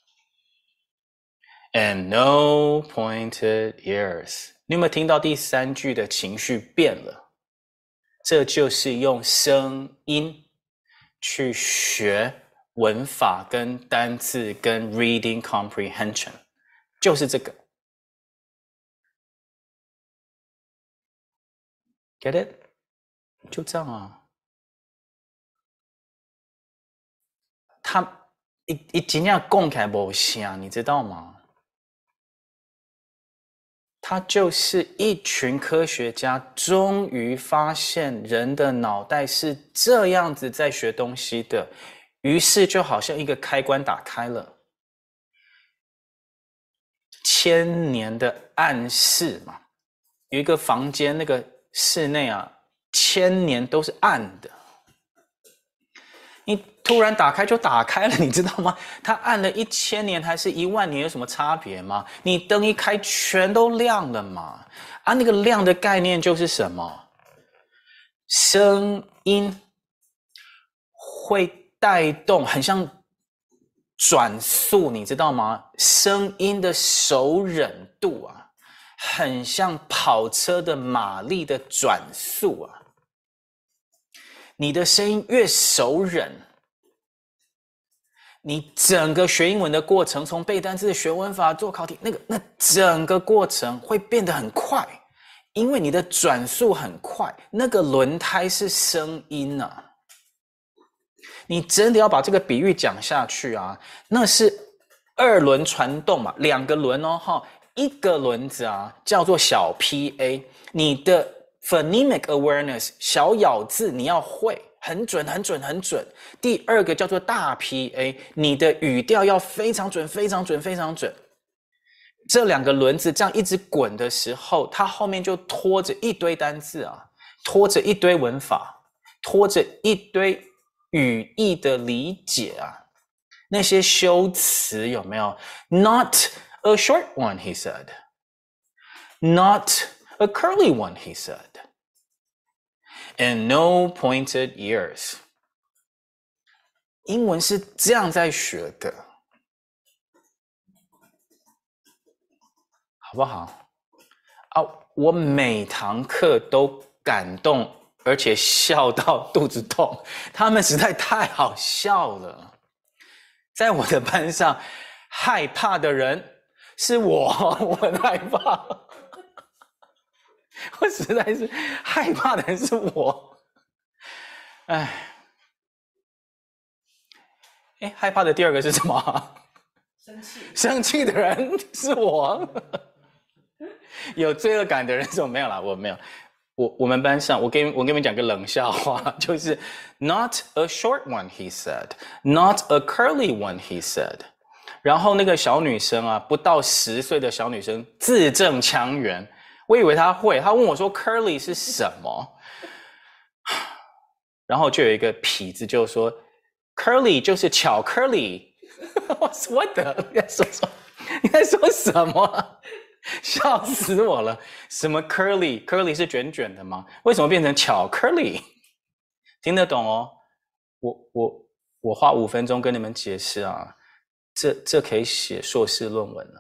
And no pointed ears. 你有没有听到第三句的情绪变了？这就是用声音去学文法跟单字跟 reading comprehension， 就是这个。Get it？ 就这样啊。他一真正讲起来没声，你知道吗？他就是一群科学家终于发现人的脑袋是这样子在学东西的，于是就好像一个开关打开了，千年的暗示嘛。有一个房间，那个室内啊，千年都是暗的。你突然打开就打开了，你知道吗？它暗了1000年还是10000年有什么差别吗？你灯一开全都亮了嘛。啊，那个亮的概念就是什么？声音会带动，很像转速，你知道吗？声音的手忍度啊，很像跑车的马力的转速啊。你的声音越手忍，你整个学英文的过程，从背单词、学文法、做考题，那整个过程会变得很快，因为你的转速很快，那个轮胎是声音啊。你真的要把这个比喻讲下去啊，那是2轮传动嘛，2个轮哦，一个轮子啊叫做小 PA， 你的phonemic awareness 小咬字你要会很准很准很准。第2个叫做大 PA， 你的语调要非常准非常准非常准。这2个轮子这样一直滚的时候，它后面就拖着一堆单字啊，拖着一堆文法，拖着一堆语义的理解啊。那些修辞有没有 ？Not a short one, he said. Not a curly one, he said. And no pointed ears. 英文是这样在学的，好不好？啊，我每堂课都感动，而且笑到肚子痛，他们实在太好笑了。在我的班上，害怕的人是我，我很害怕。我实在是害怕的人是我。哎，害怕的第2个是什么？生气。生气的人是我。有罪恶感的人是我没有啦，我没有。我们班上，我跟你们讲个冷笑话，就是 not a short one, he said. Not a curly one, he said. 然后那个小女生啊，不到10岁的小女生字正腔圆，我以为她会，她问我说 curly 是什么？然后就有一个痞子就说 curly 就是巧克力。我说 what the？ 你在说什么？笑死我了！什么 curly 是卷卷的吗？为什么变成巧克力？听得懂哦？我花5分钟跟你们解释啊，这可以写硕士论文了。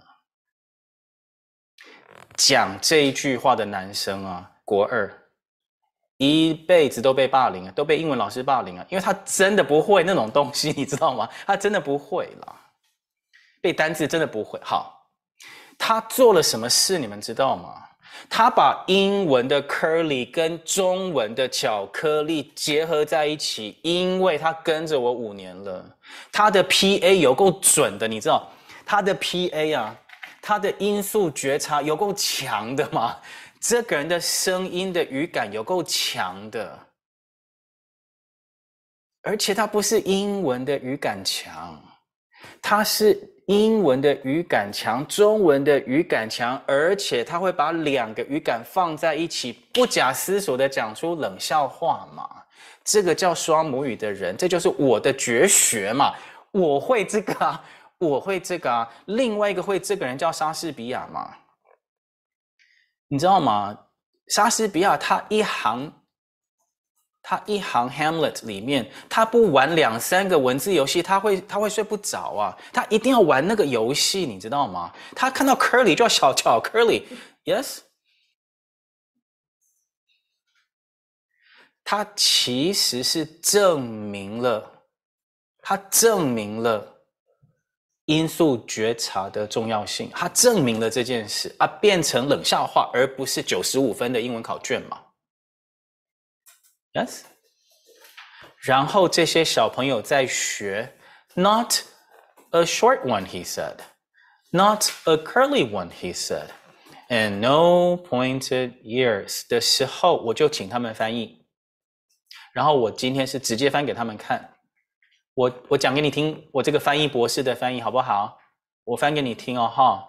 讲这一句话的男生啊，国2，一辈子都被霸凌啊，都被英文老师霸凌啊，因为他真的不会那种东西，你知道吗？他真的不会啦，背单字真的不会。好。他做了什么事你们知道吗？他把英文的 curly 跟中文的巧克力结合在一起，因为他跟着我5年了，他的 PA 有够准的，你知道他的 PA 啊，他的音素觉察有够强的嘛，这个人的声音的语感有够强的，而且他不是英文的语感强， 它是英文的语感强，中文的语感强，而且它会把两个语感放在一起，不假思索的讲出冷笑话嘛。这个叫双母语的人，这就是我的绝学嘛。我会这个啊，我会这个啊。另外一个会这个人叫莎士比亚嘛，你知道吗？莎士比亚他一行 Hamlet 里面，他不玩2、3个文字游戏，他会睡不着啊。他一定要玩那个游戏，你知道吗？他看到 Curly 就要小叫 Curly，yes。他其实是证明了因素觉察的重要性，他证明了这件事啊，变成冷笑话，而不是95分的英文考卷嘛。Yes。然后这些小朋友在学 ，not a short one, he said, not a curly one, he said, and no pointed ears 的时候，我就请他们翻译。然后我今天是直接翻给他们看，我讲给你听，我这个翻译博士的翻译好不好？我翻给你听哦，哈。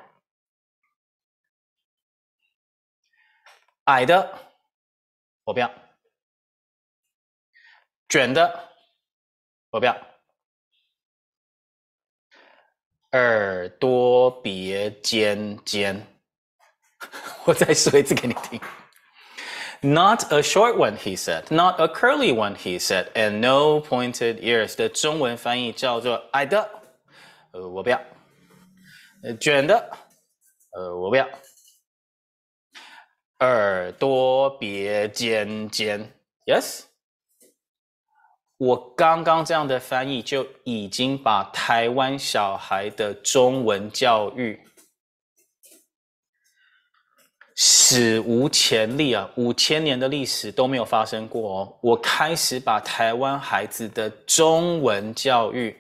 矮的，我不要。卷的，我不要。耳朵别尖尖，我再说一次给你听。Not a short one, he said. Not a curly one, he said. And no pointed ears. 的中文翻译叫做矮的，我不要。卷的，我不要。耳朵别尖尖 ，yes。我刚刚这样的翻译就已经把台湾小孩的中文教育史无前例啊，5000年的历史都没有发生过哦。我开始把台湾孩子的中文教育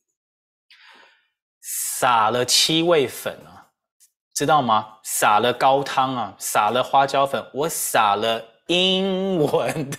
撒了7味粉啊，知道吗？撒了高汤啊，撒了花椒粉，我撒了英文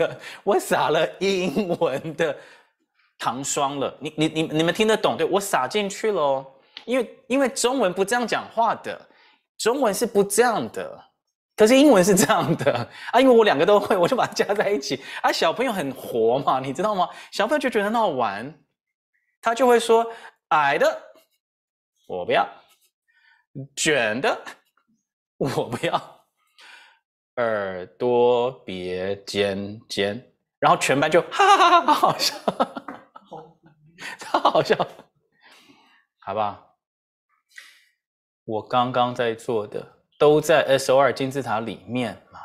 的糖霜了。你们听得懂？对，我撒进去了哦。因为中文不这样讲话的，中文是不这样的。可是英文是这样的啊，因为我2个都会，我就把它加在一起啊。小朋友很活嘛，你知道吗？小朋友就觉得很好玩，他就会说矮的我不要，卷的我不要，耳朵别尖尖，然后全班就哈哈哈哈，好笑，超好笑，好不好？我刚刚在做的都在 SOR 金字塔里面嘛。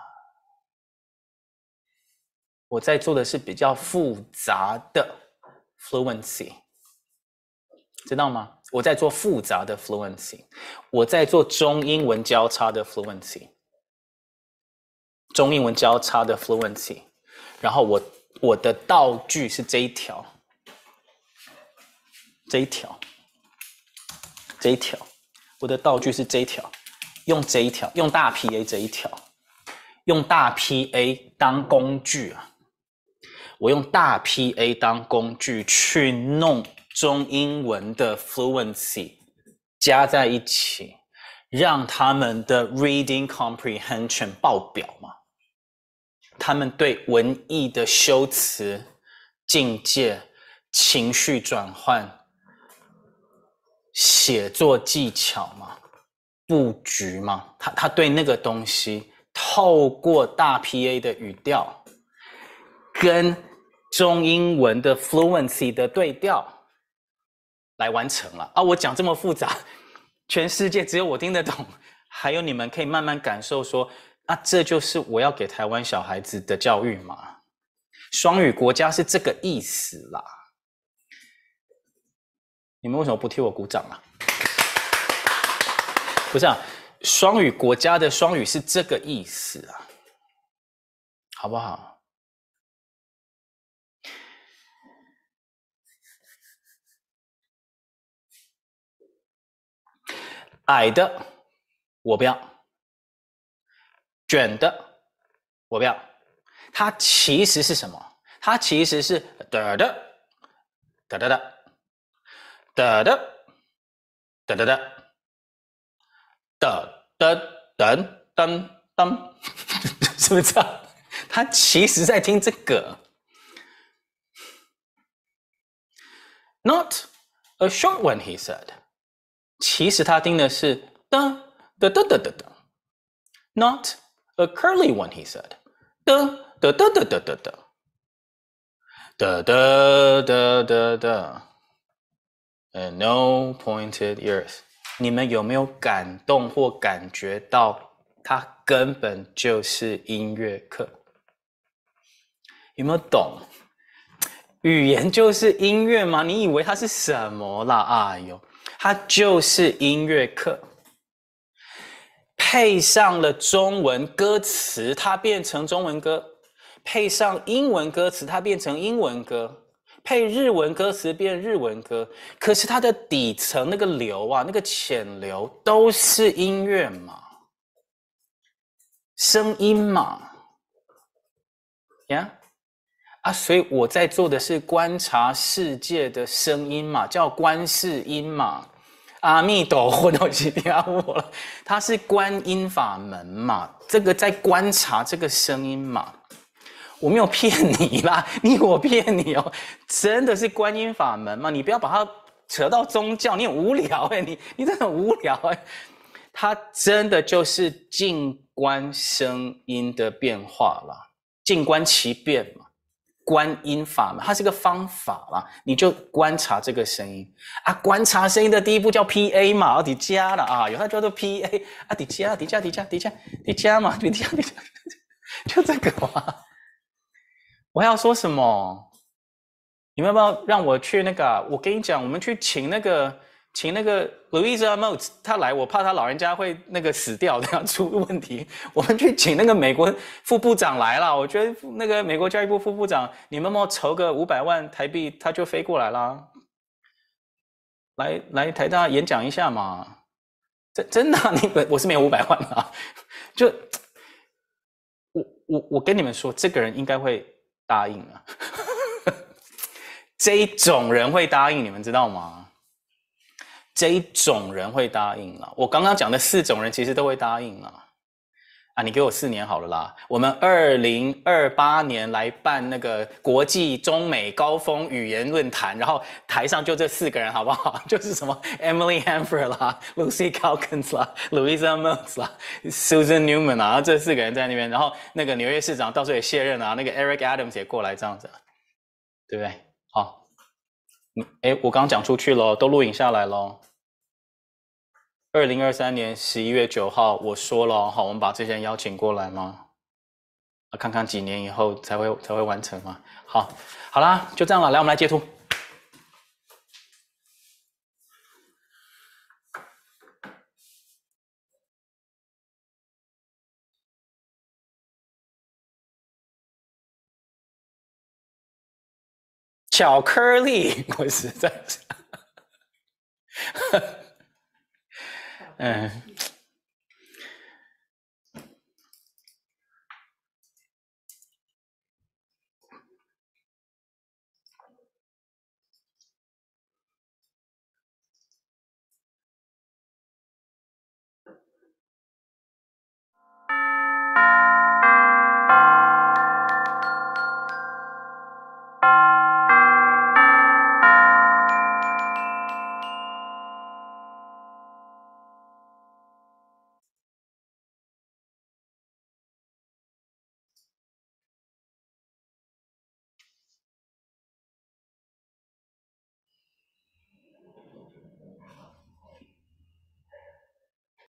我在做的是比较复杂的 fluency， 知道吗？我在做复杂的 fluency， 我在做中英文交叉的 fluency， 中英文交叉的 fluency。然后我的道具是这一条，我的道具是这一条，用这一条，用大 PA 这一条，用大 PA 当工具啊。我用大 PA 当工具去弄中英文的 fluency 加在一起，让他们的 reading comprehension 爆表嘛。他们对文艺的修辞、境界、情绪转换、写作技巧嘛、布局嘛，他对那个东西透过大 PA 的语调跟中英文的 fluency 的对调来完成了啊！我讲这么复杂，全世界只有我听得懂，还有你们可以慢慢感受说，啊，这就是我要给台湾小孩子的教育嘛。双语国家是这个意思啦。你们为什么不替我鼓掌啊？不是啊，双语国家的双语是这个意思啊，好不好？矮的我不要，卷的我不要。它其实是什么？它其实是的的的的的的的哒哒哒哒哒噔噔噔，是不是这样？他其实在听这个。Not a short one, he said. 其实他听的是哒哒哒哒哒哒。Not a curly one, he said. 哒哒哒哒哒哒哒。哒哒哒哒哒。And no pointed ears. 你们有没有感动或感觉到，它根本就是音乐课？有没有懂？语言就是音乐吗？你以为它是什么啦？哎呦，它就是音乐课，配上了中文歌词，它变成中文歌；配上英文歌词，它变成英文歌；配日文歌词变日文歌。可是它的底层那个流啊，那个潜流都是音乐嘛，声音嘛，呀。啊，所以我在做的是观察世界的声音嘛，叫观世音嘛。阿弥陀佛，都是听我了，它是观音法门嘛，这个在观察这个声音嘛。我没有骗你啦，你以为我骗你哦？真的是观音法门嘛，你不要把它扯到宗教，你很无聊你真的很无聊它真的就是静观声音的变化啦，静观其变嘛。观音法门，它是个方法啦，你就观察这个声音啊。观察声音的第一步叫 PA 嘛，底加了啊，有它叫做 PA 啊，底加嘛，底加，就这个嘛。我还要说什么？你们要不要让我去那个？我跟你讲，我们去请那个 Louisa Moats， 他来，我怕他老人家会那个死掉，这样出问题。我们去请那个美国副部长来了，我觉得那个美国教育部副部长，你们要筹个500万台币，他就飞过来啦，来台大演讲一下嘛。真的、啊，我是没有500万啊，就我跟你们说，这个人应该会答应啊。这一种人会答应，你们知道吗？这一种人会答应了。我刚刚讲的4种人其实都会答应了。啊，你给我4年好了啦。我们2028年来办那个国际中美高峰语言论坛，然后台上就这4个人好不好？就是什么 Emily Hanford 啦、Lucy Calkins 啦、Louisa Moats 啦、Susan Newman 啊，这4个人在那边，然后那个纽约市长到时候也卸任啊，那个 Eric Adams 也过来这样子，对不对？好，我刚讲出去咯，都录影下来咯。2023年11月9号，我说了，好，我们把这些人邀请过来吗？看看几年以后才会完成吗？好啦，就这样了，来，我们来截图。巧克力，我实在是，